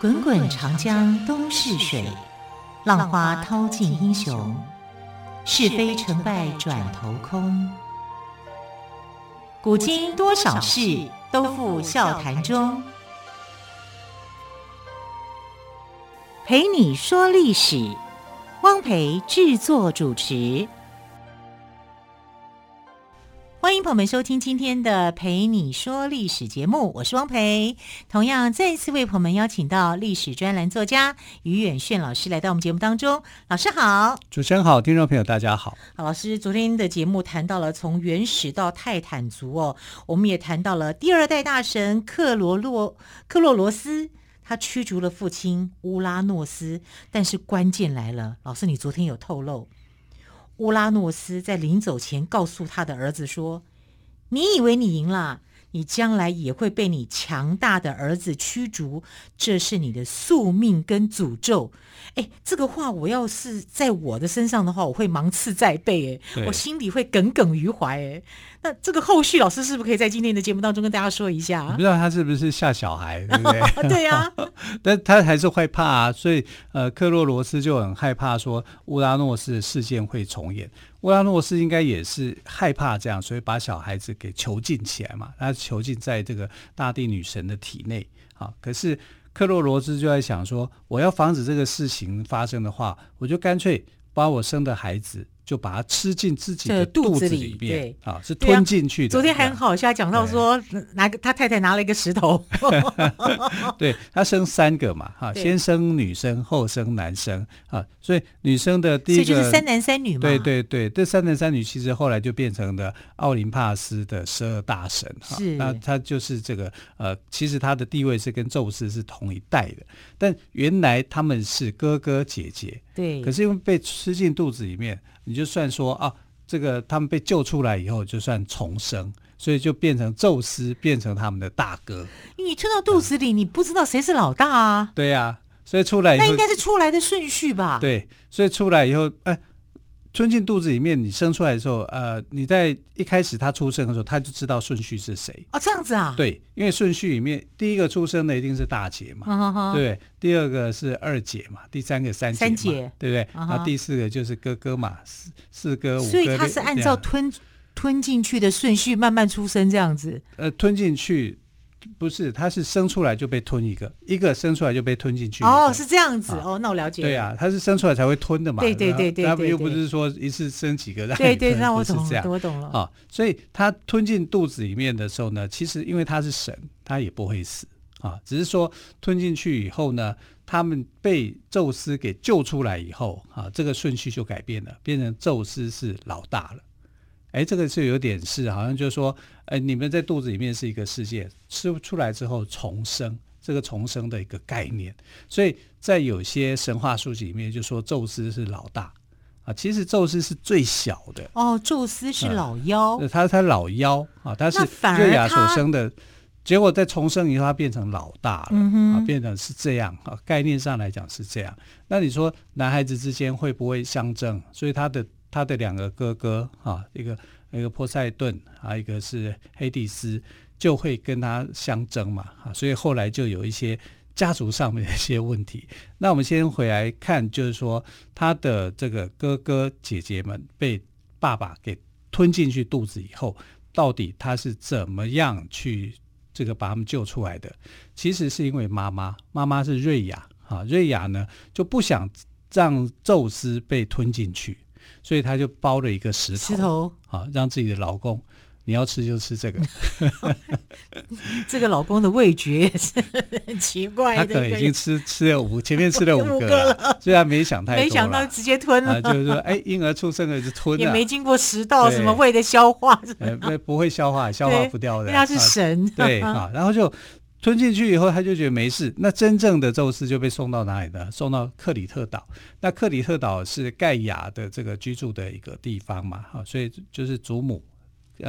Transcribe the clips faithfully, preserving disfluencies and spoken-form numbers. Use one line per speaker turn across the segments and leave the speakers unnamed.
滚滚长江东逝水，浪花淘尽英雄。是非成败转头空。古今多少事，都付笑谈中。陪你说历史，汪培制作主持。欢迎朋友们收听今天的陪你说历史节目，我是汪培。同样再一次为朋友们邀请到历史专栏作家于远炫老师来到我们节目当中。老师好。
主持人好，听众朋友大家好。
好，老师，昨天的节目谈到了从原始到泰坦族哦，我们也谈到了第二代大神克罗洛克洛罗斯，他驱逐了父亲乌拉诺斯，但是关键来了，老师你昨天有透露，乌拉诺斯在临走前告诉他的儿子说，你以为你赢了，你将来也会被你强大的儿子驱逐，这是你的宿命跟诅咒。哎，这个话我要是在我的身上的话，我会芒刺在背，哎，我心里会耿耿于怀，哎。那这个后续老师是不是可以在今天的节目当中跟大家说一下？
我不知道他是不是吓小孩，对不对？
对呀、啊，
但他还是会怕啊，所以呃，克洛罗斯就很害怕说乌拉诺斯的事件会重演。乌拉诺斯应该也是害怕这样，所以把小孩子给囚禁起来嘛，他囚禁在这个大地女神的体内啊。可是克洛罗斯就在想说，我要防止这个事情发生的话，我就干脆把我生的孩子就把它吃进自己的肚子里面，对啊，是吞进去的。
昨天还很好笑，讲到说拿个他太太拿了一个石头，
对，他生三个嘛，哈，先生女生，后生男生啊，所以女生的第一个，
所以就是三男三女嘛。
对对对，这三男三女其实后来就变成了奥林帕斯的十二大神，
是，
那他就是这个呃，其实他的地位是跟宙斯是同一代的，但原来他们是哥哥姐姐，
对，
可是因为被吃进肚子里面。你就算说啊，这个他们被救出来以后，就算重生，所以就变成宙斯变成他们的大哥。
你吞到肚子里，嗯、你不知道谁是老大啊？
对呀、啊，所以出来以后，
那应该是出来的顺序吧？
对，所以出来以后，哎，吞进肚子里面，你生出来的时候，呃，你在一开始他出生的时候，他就知道顺序是谁。
哦，这样子啊？
对，因为顺序里面第一个出生的一定是大姐嘛，哦哦对不对？第二个是二姐嘛，第三个三姐嘛，
三姐
对不对？
哦、
然后第四个就是哥哥嘛，四四哥五哥。
所以他是按照吞吞进去的顺序慢慢出生这样子。
呃，吞进去。不是，他是生出来就被吞一个，一个生出来就被吞进去。
哦，是这样子、啊、哦，那我了解了。
对啊，他是生出来才会吞的嘛。
对对对对对，
他又不是说一次生几个让你
吞。对对，那我
懂了，
我懂了
啊。所以他吞进肚子里面的时候呢，其实因为他是神，他也不会死啊，只是说吞进去以后呢，他们被宙斯给救出来以后啊，这个顺序就改变了，变成宙斯是老大了。哎，这个是有点是好像就是说，哎，你们在肚子里面是一个世界，吃出来之后重生，这个重生的一个概念。所以在有些神话书籍里面就说宙斯是老大啊，其实宙斯是最小的。
哦，宙斯是老幺，
嗯、他他老幺啊，他是月牙所生的。结果在重生以后，他变成老大了，嗯、啊，变成是这样啊，概念上来讲是这样。那你说男孩子之间会不会相争？所以他的。他的两个哥哥啊，一个一个波塞顿啊，一个是黑帝斯，就会跟他相争嘛啊，所以后来就有一些家族上面的一些问题。那我们先回来看，就是说他的这个哥哥姐姐们被爸爸给吞进去肚子以后，到底他是怎么样去这个把他们救出来的？其实是因为妈妈，妈妈是瑞亚啊，瑞亚呢就不想让宙斯被吞进去。所以他就包了一个石头，
石头
啊，让自己的老公，你要吃就吃这个。
这个老公的味觉也是很奇怪的，
他可能已经吃吃了五，前面吃了五个了，了所以他没想太多，
没想到直接吞了，
啊、就是说，哎，婴儿出生了就吞了，
也没经过食道什么胃的消化，
呃，不会消化，消化不掉的，
因为他是神，
啊对啊，然后就。吞进去以后，他就觉得没事。那真正的宙斯就被送到哪里呢？送到克里特岛。那克里特岛是盖亚的这个居住的一个地方嘛，所以就是祖母呃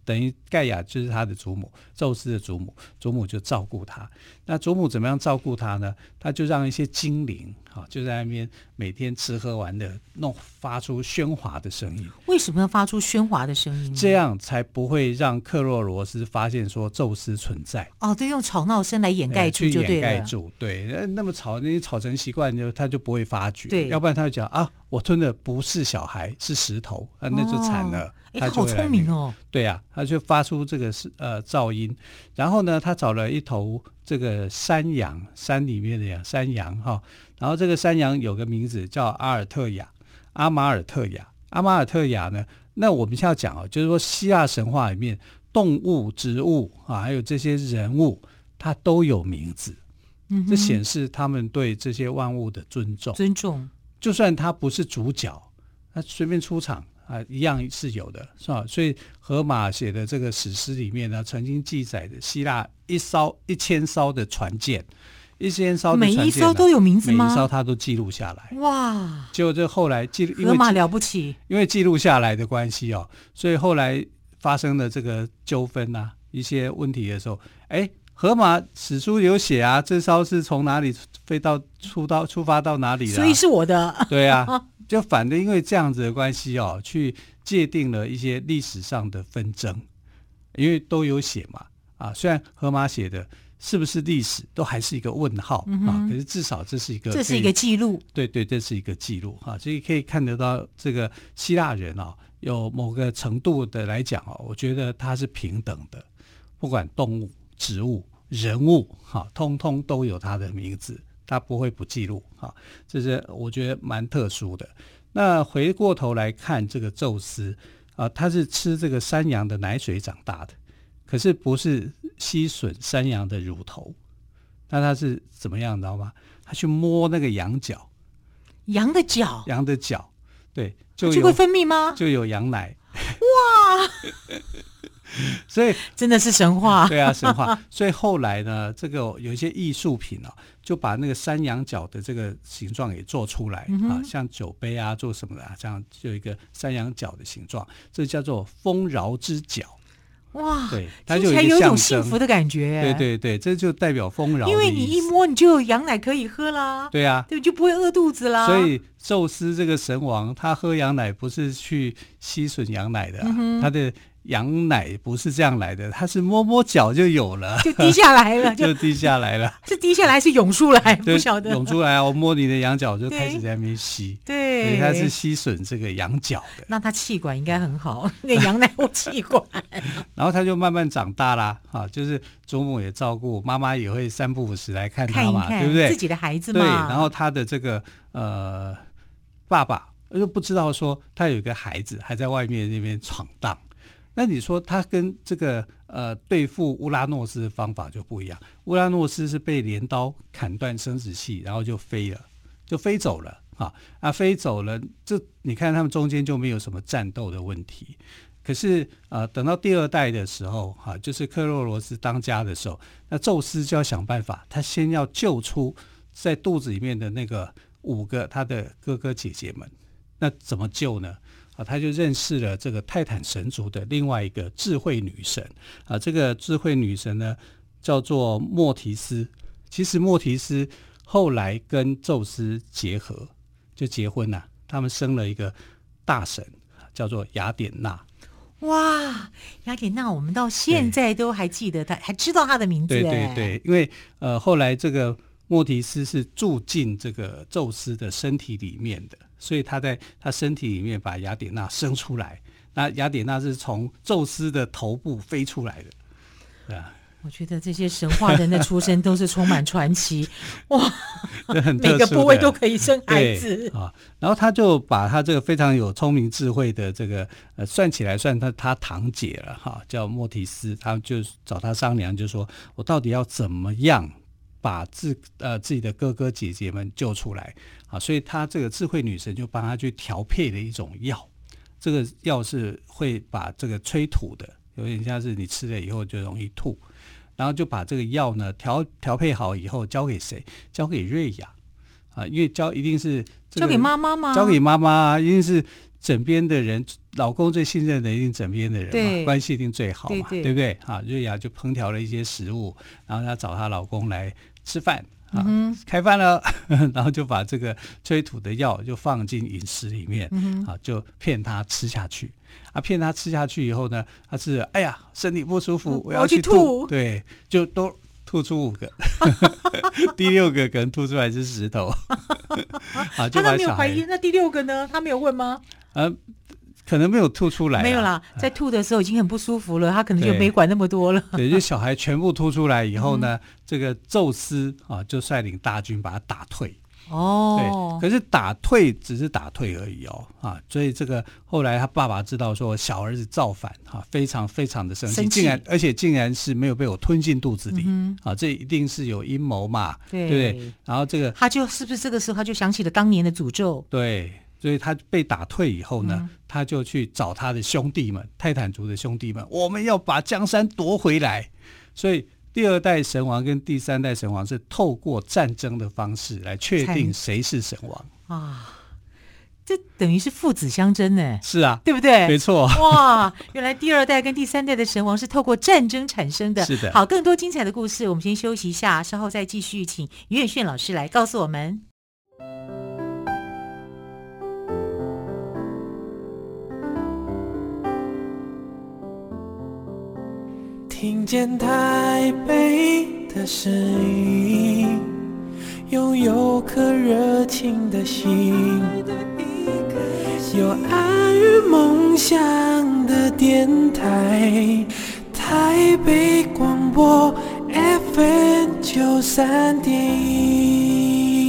等于盖亚就是他的祖母，宙斯的祖母，祖母就照顾他。那祖母怎么样照顾他呢？他就让一些精灵啊，就在那边每天吃喝玩乐，弄发出喧哗的声音。
为什么要发出喧哗的声音呢？
这样才不会让克洛罗斯发现说宙斯存在。
哦，对，用吵闹声来掩盖住就对了。
去掩盖住，对，那么吵，那吵成习惯，就他就不会发觉。
对，
要不然他就讲啊，我吞的不是小孩，是石头，啊，那就惨了。哦
他好聪明哦！
对啊，他就发出这个呃噪音，然后呢，他找了一头这个山羊，山里面的羊，山羊哈，然后这个山羊有个名字叫阿尔特雅，阿马尔特雅，阿马尔特雅呢，那我们现在要讲哦，就是说希腊神话里面动物、植物啊，还有这些人物，它都有名字，嗯，这显示他们对这些万物的尊重，
尊重，
就算他不是主角，他随便出场。啊，一样是有的，是吧？所以荷马写的这个史诗里面呢，曾经记载的希腊一艘一千艘的船舰，一千艘的船舰，
每一艘都有名字吗？
每一艘他都记录下来。
哇！
结果这后来记录，
荷马了不起，
因为记录下来的关系哦，所以后来发生了这个纠纷啊，一些问题的时候，哎，荷马史书有写啊，这艘是从哪里飞到出到出发到哪里的、啊，
所以是我的。
对啊。就反正因为这样子的关系哦，去界定了一些历史上的纷争，因为都有写嘛啊，虽然荷马写的是不是历史都还是一个问号、嗯、啊，可是至少这是一个
这是一个记录，
对对，这是一个记录哈、啊，所以可以看得到这个希腊人啊，有某个程度的来讲哦，我觉得他是平等的，不管动物、植物、人物哈、啊，通通都有他的名字。他不会不记录啊，这是我觉得蛮特殊的。那回过头来看这个宙斯啊，他是吃这个山羊的奶水长大的，可是不是吸吮山羊的乳头。那他是怎么样，你知道吗？他去摸那个羊角，
羊的脚，
羊的脚，对，就
就会分泌吗？
就有羊奶。
哇！
所以
真的是神话，
对啊，神话。所以后来呢，这个有一些艺术品啊，就把那个山羊角的这个形状也做出来、嗯、啊，像酒杯啊，做什么的、啊，这样就有一个山羊角的形状，这叫做丰饶之角。
哇，
对，它
就有一种幸福的感觉。
对对对，这就代表丰饶的意思，
因为你一摸，你就有羊奶可以喝啦。
对啊，
对，就不会饿肚子啦。
所以宙斯这个神王，他喝羊奶不是去吸吮羊奶的、啊嗯，他的羊奶不是这样来的，他是摸摸脚就有了，
就滴下来了，
就, 就滴下来了。
是滴下来是涌出来，不晓得
涌出来啊！我摸你的羊角就开始在那边吸，
对，
所以他是吸吮这个羊角的。
那他气管应该很好，那羊奶有气管。
然后他就慢慢长大啦，啊，就是祖母也照顾，妈妈也会三不五时来看他嘛，
看一看
对不对？
自己的孩子嘛。
对，然后他的这个呃爸爸又不知道说他有一个孩子还在外面那边闯荡。那你说他跟这个呃对付乌拉诺斯的方法就不一样。乌拉诺斯是被镰刀砍断生殖器，然后就飞了，就飞走了啊啊，飞走了，这你看他们中间就没有什么战斗的问题。可是呃，等到第二代的时候啊，就是克洛罗斯当家的时候，那宙斯就要想办法，他先要救出在肚子里面的那个五个他的哥哥姐姐们。那怎么救呢？啊，他就认识了这个泰坦神族的另外一个智慧女神啊，这个智慧女神呢叫做莫提斯。其实莫提斯后来跟宙斯结合，就结婚了、啊，他们生了一个大神，叫做雅典娜。
哇，雅典娜，我们到现在都还记得她，还知道她的名字。
对对对，因为呃后来这个莫提斯是住进这个宙斯的身体里面的。所以他在他身体里面把雅典娜生出来，那雅典娜是从宙斯的头部飞出来的，对啊。
我觉得这些神话人的出生都是充满传奇，哇，
很
每个部位都可以生孩子
啊。然后他就把他这个非常有聪明智慧的这个呃，算起来算他他堂姐了哈，叫莫提斯，他就找他商量，就说我到底要怎么样把自呃自己的哥哥姐姐们救出来啊，所以他这个智慧女神就帮他去调配了一种药，这个药是会把这个催吐的，有点像是你吃了以后就容易吐，然后就把这个药呢调调配好以后交给谁？交给瑞亚啊，因为交一定是、这
个、交给妈妈吗？
交给妈妈，一定是枕边的人，老公最信任的一定枕边的人嘛，关系一定最好嘛， 对, 对, 对不对？啊，瑞雅就烹调了一些食物，然后她找她老公来吃饭。啊、嗯，开饭了，然后就把这个催吐的药就放进饮食里面，嗯、啊，就骗他吃下去。啊，骗他吃下去以后呢，他是哎呀身体不舒服，嗯、我要去吐，吐对，就都吐出五个，第六个可能吐出来是石头。啊，就把小孩他
没有怀疑，那第六个呢？他没有问吗？
呃。可能没有吐出来，
没有啦，在吐的时候已经很不舒服了，他可能就没管那么多了。
对，就小孩全部吐出来以后呢，嗯、这个宙斯啊就率领大军把他打退。哦，对，可是打退只是打退而已哦，啊，所以这个后来他爸爸知道说小儿子造反，哈、啊，非常非常的生气，竟然而且竟然是没有被我吞进肚子里，嗯、啊，这一定是有阴谋嘛，对不对？然后这个
他就是不是这个时候他就想起了当年的诅咒，
对。所以他被打退以后呢、嗯，他就去找他的兄弟们，泰坦族的兄弟们，我们要把江山夺回来。所以第二代神王跟第三代神王是透过战争的方式来确定谁是神王啊，
这等于是父子相争呢。
是啊，
对不对？
没错。
哇，原来第二代跟第三代的神王是透过战争产生的。
是的。
好，更多精彩的故事，我们先休息一下，稍后再继续，请于远炫老师来告诉我们。
听见台北的声音，拥有颗热情的心，有爱与梦想的电台，台北广播 F M 九三点一。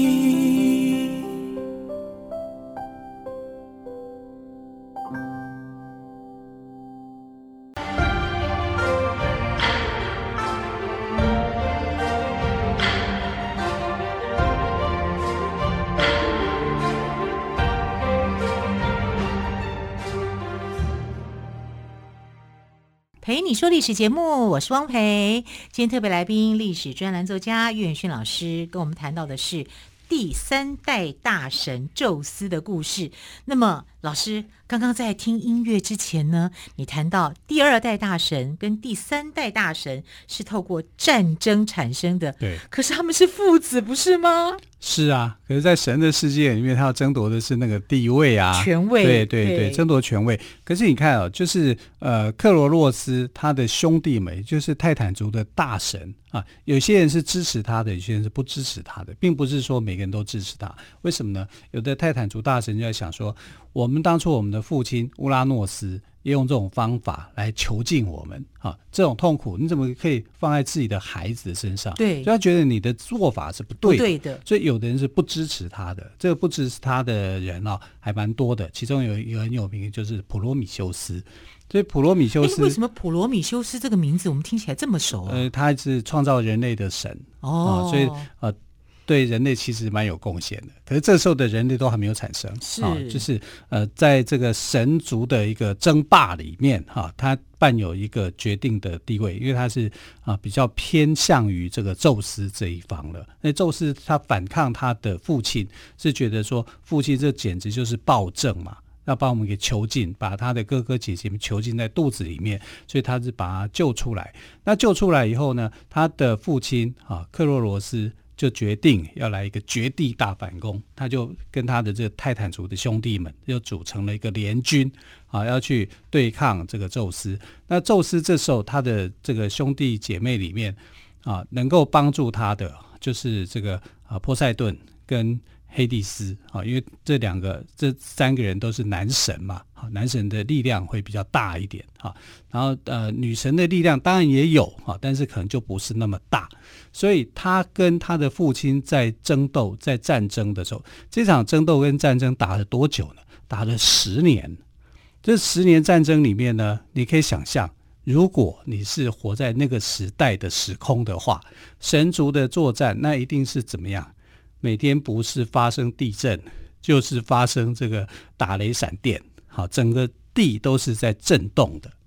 陪你说历史节目，我是汪培。今天特别来宾，历史专栏作家岳远逊老师跟我们谈到的是第三代大神宙斯的故事。那么老师刚刚在听音乐之前呢，你谈到第二代大神跟第三代大神是透过战争产生的，
对，
可是他们是父子，不是吗？
是啊，可是在神的世界里面，他要争夺的是那个地位啊，
权位，
对对 对, 对，争夺权位。可是你看哦，就是呃，克罗洛斯他的兄弟们，就是泰坦族的大神啊，有些人是支持他的，有些人是不支持他的，并不是说每个人都支持他。为什么呢？有的泰坦族大神就在想说，我们当初我们的父亲乌拉诺斯也用这种方法来囚禁我们啊，这种痛苦你怎么可以放在自己的孩子身上？
对，
所以他觉得你的做法是不对的，
不对的。
所以有的人是不支持他的，这个不支持他的人啊，还蛮多的。其中有一个很有名，就是普罗米修斯。所以普罗米修斯，
为什么普罗米修斯这个名字我们听起来这么熟啊？
呃，他是创造人类的神哦、啊，所以呃。对人类其实蛮有贡献的，可是这时候的人类都还没有产生，
是、
啊、就是呃，在这个神族的一个争霸里面，哈、啊，他扮有一个决定的地位，因为他是啊比较偏向于这个宙斯这一方了。那宙斯他反抗他的父亲，是觉得说父亲这简直就是暴政嘛，要把我们给囚禁，把他的哥哥姐姐们囚禁在肚子里面，所以他是把他救出来。那救出来以后呢，他的父亲啊克洛罗斯就决定要来一个绝地大反攻，他就跟他的这个泰坦族的兄弟们又组成了一个联军啊，要去对抗这个宙斯。那宙斯这时候他的这个兄弟姐妹里面啊，能够帮助他的就是这个啊波塞顿跟黑帝斯啊，因为这两个这三个人都是男神嘛，啊，男神的力量会比较大一点啊，然后呃女神的力量当然也有啊，但是可能就不是那么大，所以他跟他的父亲在争斗，在战争的时候，这场争斗跟战争打了多久呢？打了十年。这十年战争里面呢，你可以想象，如果你是活在那个时代的时空的话，神族的作战那一定是怎么样？每天不是发生地震，就是发生这个打雷闪电，好，整个地都是在震动的。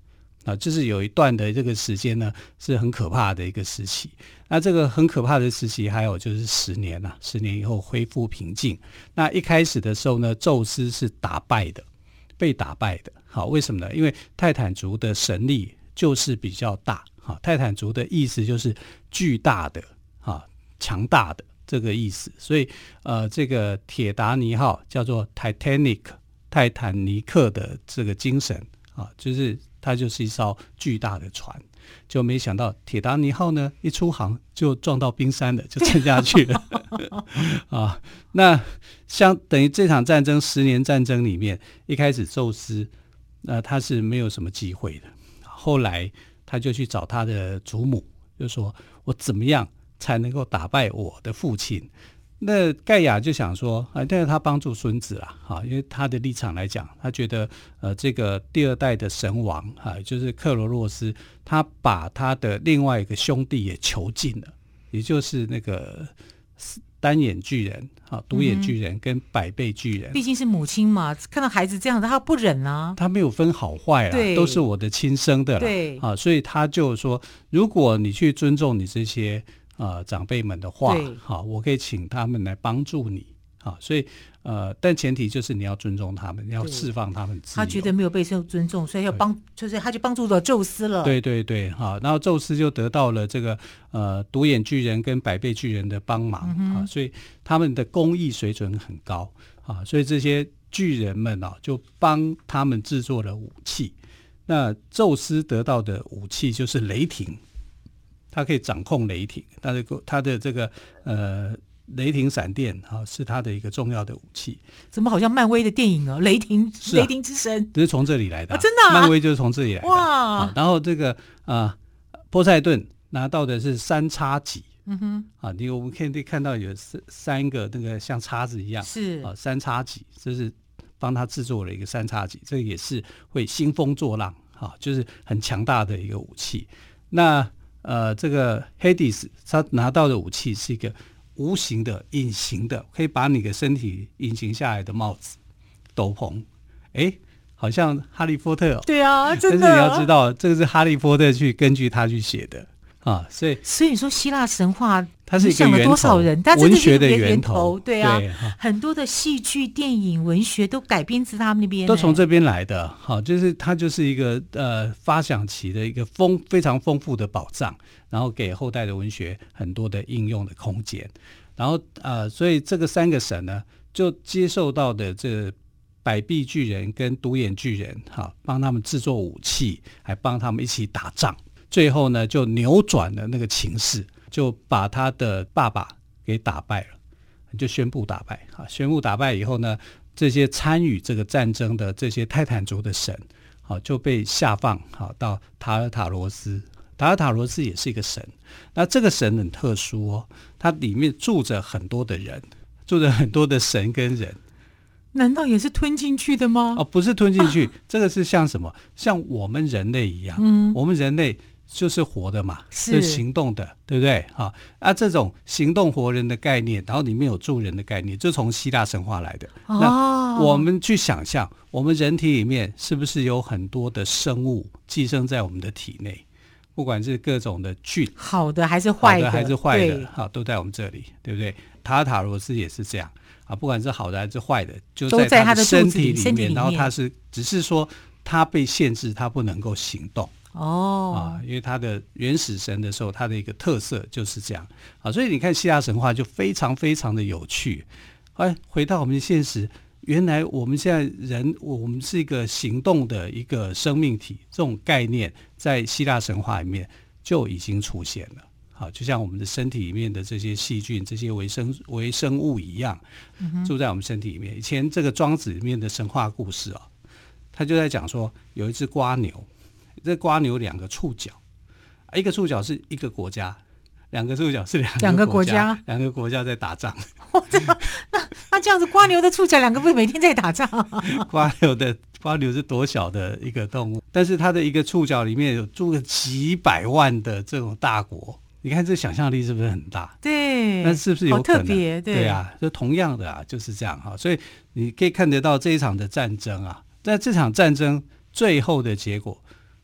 啊，就是有一段的这个时间呢是很可怕的一个时期。那这个很可怕的时期还有就是十年啊，十年以后恢复平静。那一开始的时候呢，宙斯是打败的，被打败的。好，为什么呢？因为泰坦族的神力就是比较大。好，泰坦族的意思就是巨大的啊，强大的这个意思。所以呃，这个铁达尼号叫做 Titanic 泰坦尼克的这个精神啊，就是它就是一艘巨大的船。就没想到铁达尼号呢一出航就撞到冰山了，就沉下去了啊。那像等于这场战争十年战争里面，一开始宙斯那、呃、他是没有什么机会的，后来他就去找他的祖母，就说我怎么样才能够打败我的父亲。那盖亚就想说，啊，但是他帮助孙子啦，啊，因为他的立场来讲，他觉得，呃，这个第二代的神王啊，就是克罗洛斯，他把他的另外一个兄弟也囚禁了，也就是那个单眼巨人啊，独眼巨人跟百倍巨人。
毕竟是母亲嘛，看到孩子这样子，他不忍啊，
他没有分好坏啦，都是我的亲生的啦，
对
啊，所以他就说，如果你去尊重你这些。呃，长辈们的话，好，我可以请他们来帮助你，好，所以呃，但前提就是你要尊重他们，要释放他们自由。
他觉得没有被受尊重，所以要帮，就是他就帮助了宙斯了。
对对对，好，然后宙斯就得到了这个呃独眼巨人跟百倍巨人的帮忙、嗯、啊，所以他们的工艺水准很高啊，所以这些巨人们啊就帮他们制作了武器。那宙斯得到的武器就是雷霆。他可以掌控雷霆，他的他的这个呃雷霆闪电啊，是他的一个重要的武器。
怎么好像漫威的电影哦？雷霆，啊、雷霆之神，
这是从这里来的、啊
啊，真的、啊，
漫威就是从这里来的。
哇！
啊、然后这个啊，波塞顿拿到的是三叉戟，嗯哼，啊，你我们可以看到有三三个那个像叉子一样，
是
啊，三叉戟，这是帮他制作了一个三叉戟，这个也是会兴风作浪，啊，就是很强大的一个武器。那呃，这个 Hades 他拿到的武器是一个无形的、隐形的，可以把你的身体隐形下来的帽子、斗篷。哎，好像哈利波特哦。
对啊，真的。
但是你要知道，这个是哈利波特去根据他去写的啊，所以
所以你说希腊神话
它是一个源头，
多少人？它
文学的
源
头，
对啊，对很多的戏剧、电影、文学都改编自他们那边，
都从这边来的。好，就是它就是一个呃发想期的一个丰非常丰富的宝藏，然后给后代的文学很多的应用的空间。然后呃，所以这个三个神呢，就接受到的这百臂巨人跟独眼巨人，哈，帮他们制作武器，还帮他们一起打仗。最后呢，就扭转了那个情势，就把他的爸爸给打败了，就宣布打败。啊，宣布打败以后呢，这些参与这个战争的这些泰坦族的神，好，就被下放好到塔尔塔罗斯。塔尔塔罗斯也是一个神，那这个神很特殊哦，它里面住着很多的人，住着很多的神跟人。
难道也是吞进去的吗？
哦，不是吞进去，啊、这个是像什么？像我们人类一样，嗯，我们人类就是活的嘛，是行动的，对不对？好啊，这种行动活人的概念，然后里面有住人的概念，就从希腊神话来的。哦、那我们去想象，我们人体里面是不是有很多的生物寄生在我们的体内？不管是各种的菌，
好的还是坏的，
好的还是坏的，好，都在我们这里，对不对？塔尔塔罗斯也是这样啊，不管是好的还是坏的，就在他的身体里面，然后他是只是说他被限制，他不能够行动哦啊，因为他的原始神的时候，他的一个特色就是这样啊，所以你看希腊神话就非常非常的有趣。哎，回到我们的现实。原来我们现在人，我们是一个行动的一个生命体，这种概念在希腊神话里面就已经出现了。好，就像我们的身体里面的这些细菌、这些微生微生物一样，嗯、住在我们身体里面。以前这个庄子里面的神话故事啊，他就在讲说，有一只蝸牛，这蝸牛两个触角，一个触角是一个国家。两个触角是两个国家，两个国家在打仗。
那那这样子，蝸牛的触角两个不是每天在打仗、啊？
蝸牛的蝸牛是多小的一个动物，但是它的一个触角里面有住了几百万的这种大国。你看这想象力是不是很大？
对，
那是不是有可能？
好特别，对，
对啊，就同样的啊，就是这样哈。所以你可以看得到这一场的战争啊，在这场战争最后的结果，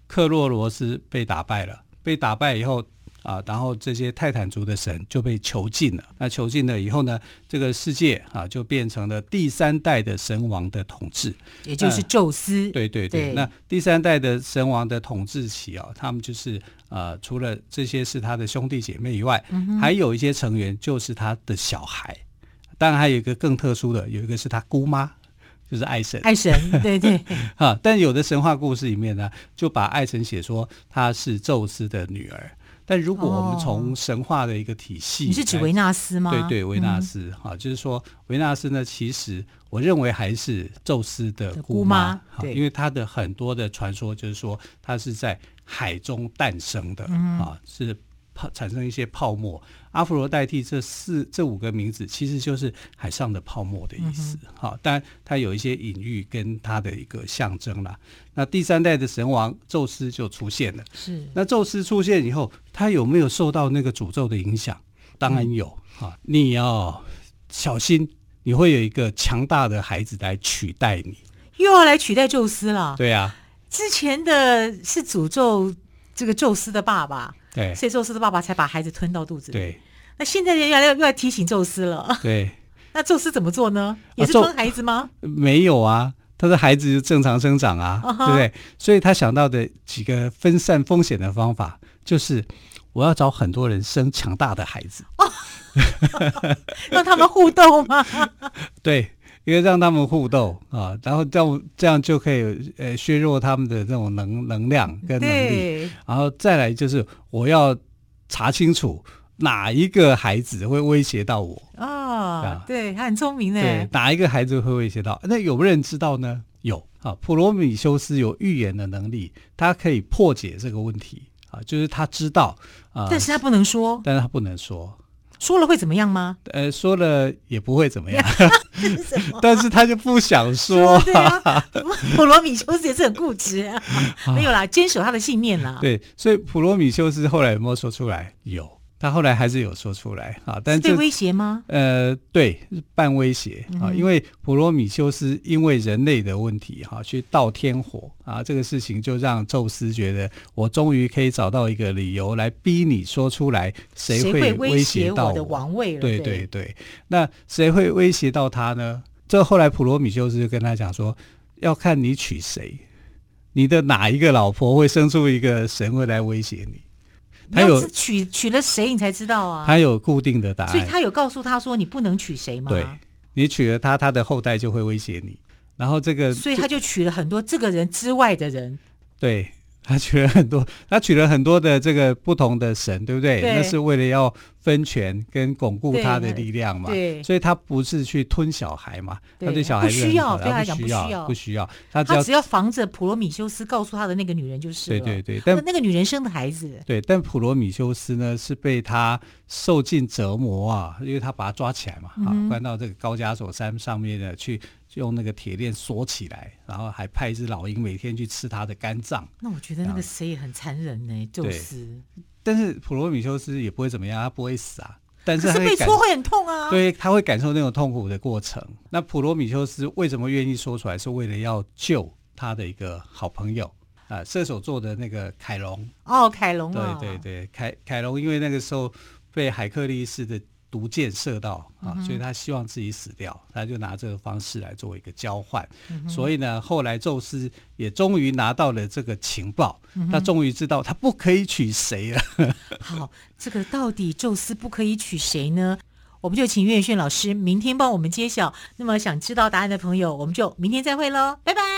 克洛罗斯被打败了，被打败以后啊，然后这些泰坦族的神就被囚禁了。那囚禁了以后呢，这个世界啊就变成了第三代的神王的统治，
也就是宙斯。
对对 对,
对，
那第三代的神王的统治期啊，他们就是呃，除了这些是他的兄弟姐妹以外，嗯、还有一些成员就是他的小孩。当然还有一个更特殊的，有一个是他姑妈。就是爱神，
爱神，对对
啊，但有的神话故事里面呢，就把爱神写说她是宙斯的女儿。但如果我们从神话的一个体系，
哦、你是指维纳斯吗？
对对，维纳斯哈、嗯啊，就是说维纳斯呢，其实我认为还是宙斯的姑妈，
姑妈，
因为他的很多的传说就是说，他是在海中诞生的、嗯、啊，是产生一些泡沫。阿弗罗代替这四这五个名字其实就是海上的泡沫的意思、嗯、好，但它有一些隐喻跟它的一个象征啦。那第三代的神王宙斯就出现了，
是
那宙斯出现以后，他有没有受到那个诅咒的影响？当然有、嗯啊、你要小心，你会有一个强大的孩子来取代你，
又要来取代宙斯了。
对啊，
之前的是诅咒这个宙斯的爸爸，
对，
所以宙斯的爸爸才把孩子吞到肚子里。
对，
那现在又要又要提醒宙斯了。
对，
那宙斯怎么做呢？也是吞孩子吗？
啊、没有啊，他的孩子就正常生长啊， uh-huh. 对不对？所以他想到的几个分散风险的方法，就是我要找很多人生强大的孩子，
哦、让他们互斗吗？
对。因为让他们互斗啊，然后这样这样就可以呃削弱他们的这种能能量跟能力，然后再来就是我要查清楚哪一个孩子会威胁到我
哦，对，他很聪明呢。
对，哪一个孩子会威胁到？那有没有人知道呢？有啊，普罗米修斯有预言的能力，他可以破解这个问题啊，就是他知道啊，
但是他不能说，
但是他不能说。
说了会怎么样吗？
呃，说了也不会怎么样，但是他就不想说。
对啊，普罗米修斯也是很固执、啊，没有啦，坚守他的信念啦。
对，所以普罗米修斯后来有没有说出来？有。他后来还是有说出来啊，但是
被威胁吗？
呃，对，半威胁啊、嗯，因为普罗米修斯因为人类的问题哈、啊，去盗天火啊，这个事情就让宙斯觉得，我终于可以找到一个理由来逼你说出来，谁会威胁到 我,
我的王位了？
对对对，那谁会威胁到他呢？这后来普罗米修斯就跟他讲说，要看你娶谁，你的哪一个老婆会生出一个神会来威胁你。
他有娶娶了谁你才知道啊？
他有固定的答案，
所以他有告诉他说你不能娶谁吗？
对，你娶了他，他的后代就会威胁你。然后这个，
所以他就娶了很多这个人之外的人。
对，他娶了很多，他娶了很多的这个不同的神，对不对？
对，
那是为了要分权跟巩固他的力量嘛。
对，
所以他不是去吞小孩嘛，
对，
他对小孩
不需要，
对
他来讲
不需要，不需要，他只要
他只要防着普罗米修斯告诉他的那个女人就是了。
对对对，但
那个女人生的孩子。
对，但普罗米修斯呢是被他受尽折磨啊，因为他把他抓起来嘛，嗯、啊，关到这个高加索山上面呢去。用那个铁链锁起来，然后还派一只老鹰每天去吃他的肝脏。
那我觉得那个谁也很残忍呢、欸，宙斯。
但是普罗米修斯也不会怎么样，他不会死啊。但是他
可是被戳会很痛啊。
对，他会感受那种痛苦的过程。那普罗米修斯为什么愿意说出来？是为了要救他的一个好朋友啊，射手座的那个凯龙。
哦，凯龙啊。
对对对，凯凯龙因为那个时候被海克力士的毒箭射到啊、嗯，所以他希望自己死掉，他就拿这个方式来做一个交换、嗯。所以呢，后来宙斯也终于拿到了这个情报，嗯、他终于知道他不可以娶谁了。
好，这个到底宙斯不可以娶谁呢？我们就请岳轩老师明天帮我们揭晓。那么想知道答案的朋友，我们就明天再会喽，拜拜。